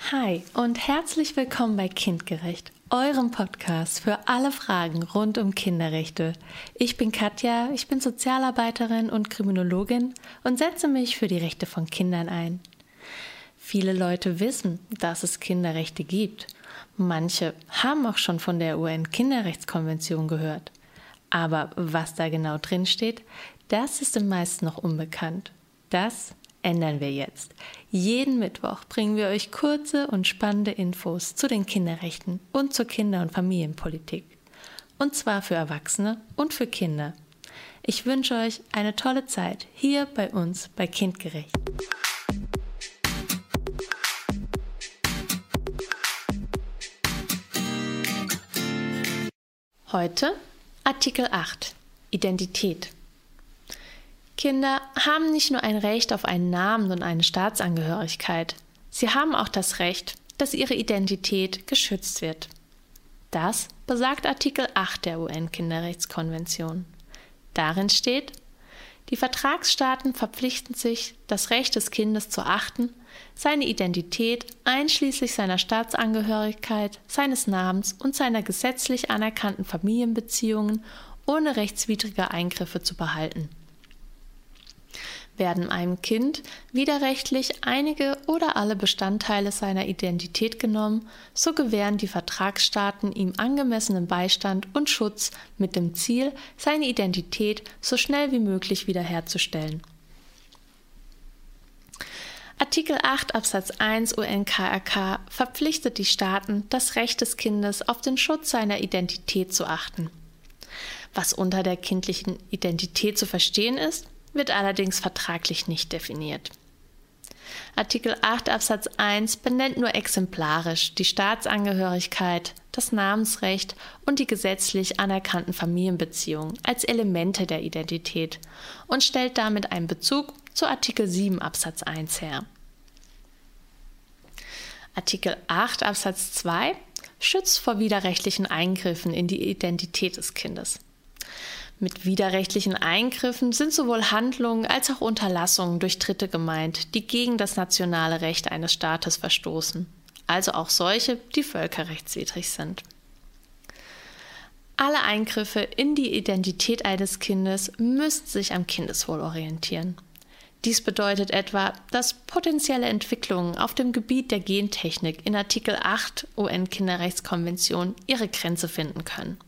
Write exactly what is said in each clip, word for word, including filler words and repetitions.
Hi und herzlich willkommen bei Kindgerecht, eurem Podcast für alle Fragen rund um Kinderrechte. Ich bin Katja, ich bin Sozialarbeiterin und Kriminologin und setze mich für die Rechte von Kindern ein. Viele Leute wissen, dass es Kinderrechte gibt. Manche haben auch schon von der U N-Kinderrechtskonvention gehört. Aber was da genau drin steht, das ist den meisten noch unbekannt. Das ändern wir jetzt. Jeden Mittwoch bringen wir euch kurze und spannende Infos zu den Kinderrechten und zur Kinder- und Familienpolitik. Und zwar für Erwachsene und für Kinder. Ich wünsche euch eine tolle Zeit hier bei uns bei Kindgerecht. Heute Artikel acht. Identität. Kinder haben nicht nur ein Recht auf einen Namen und eine Staatsangehörigkeit, sie haben auch das Recht, dass ihre Identität geschützt wird. Das besagt Artikel acht der U N-Kinderrechtskonvention. Darin steht: Die Vertragsstaaten verpflichten sich, das Recht des Kindes zu achten, seine Identität einschließlich seiner Staatsangehörigkeit, seines Namens und seiner gesetzlich anerkannten Familienbeziehungen ohne rechtswidrige Eingriffe zu behalten. Werden einem Kind widerrechtlich einige oder alle Bestandteile seiner Identität genommen, so gewähren die Vertragsstaaten ihm angemessenen Beistand und Schutz mit dem Ziel, seine Identität so schnell wie möglich wiederherzustellen. Artikel acht Absatz eins U N K R K verpflichtet die Staaten, das Recht des Kindes auf den Schutz seiner Identität zu achten. Was unter der kindlichen Identität zu verstehen ist, wird allerdings vertraglich nicht definiert. Artikel acht Absatz eins benennt nur exemplarisch die Staatsangehörigkeit, das Namensrecht und die gesetzlich anerkannten Familienbeziehungen als Elemente der Identität und stellt damit einen Bezug zu Artikel sieben Absatz eins her. Artikel acht Absatz zwei schützt vor widerrechtlichen Eingriffen in die Identität des Kindes. Mit widerrechtlichen Eingriffen sind sowohl Handlungen als auch Unterlassungen durch Dritte gemeint, die gegen das nationale Recht eines Staates verstoßen, also auch solche, die völkerrechtswidrig sind. Alle Eingriffe in die Identität eines Kindes müssen sich am Kindeswohl orientieren. Dies bedeutet etwa, dass potenzielle Entwicklungen auf dem Gebiet der Gentechnik in Artikel acht U N-Kinderrechtskonvention ihre Grenze finden können.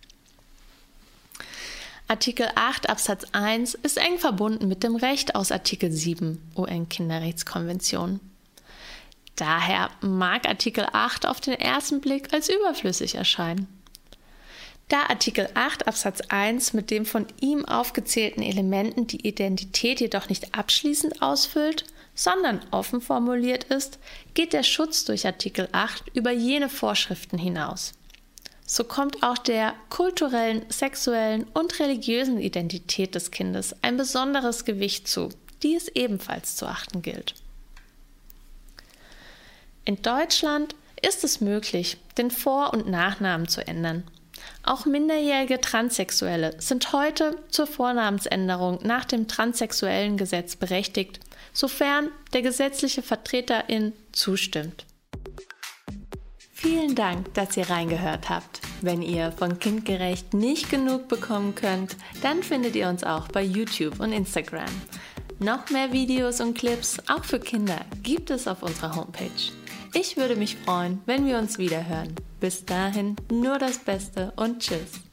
Artikel acht Absatz eins ist eng verbunden mit dem Recht aus Artikel sieben U N-Kinderrechtskonvention. Daher mag Artikel acht auf den ersten Blick als überflüssig erscheinen. Da Artikel acht Absatz eins mit den von ihm aufgezählten Elementen die Identität jedoch nicht abschließend ausfüllt, sondern offen formuliert ist, geht der Schutz durch Artikel acht über jene Vorschriften hinaus. So kommt auch der kulturellen, sexuellen und religiösen Identität des Kindes ein besonderes Gewicht zu, die es ebenfalls zu achten gilt. In Deutschland ist es möglich, den Vor- und Nachnamen zu ändern. Auch minderjährige Transsexuelle sind heute zur Vornamensänderung nach dem transsexuellen Gesetz berechtigt, sofern der gesetzliche Vertreterin zustimmt. Vielen Dank, dass ihr reingehört habt. Wenn ihr von Kindgerecht nicht genug bekommen könnt, dann findet ihr uns auch bei YouTube und Instagram. Noch mehr Videos und Clips, auch für Kinder, gibt es auf unserer Homepage. Ich würde mich freuen, wenn wir uns wiederhören. Bis dahin nur das Beste und tschüss.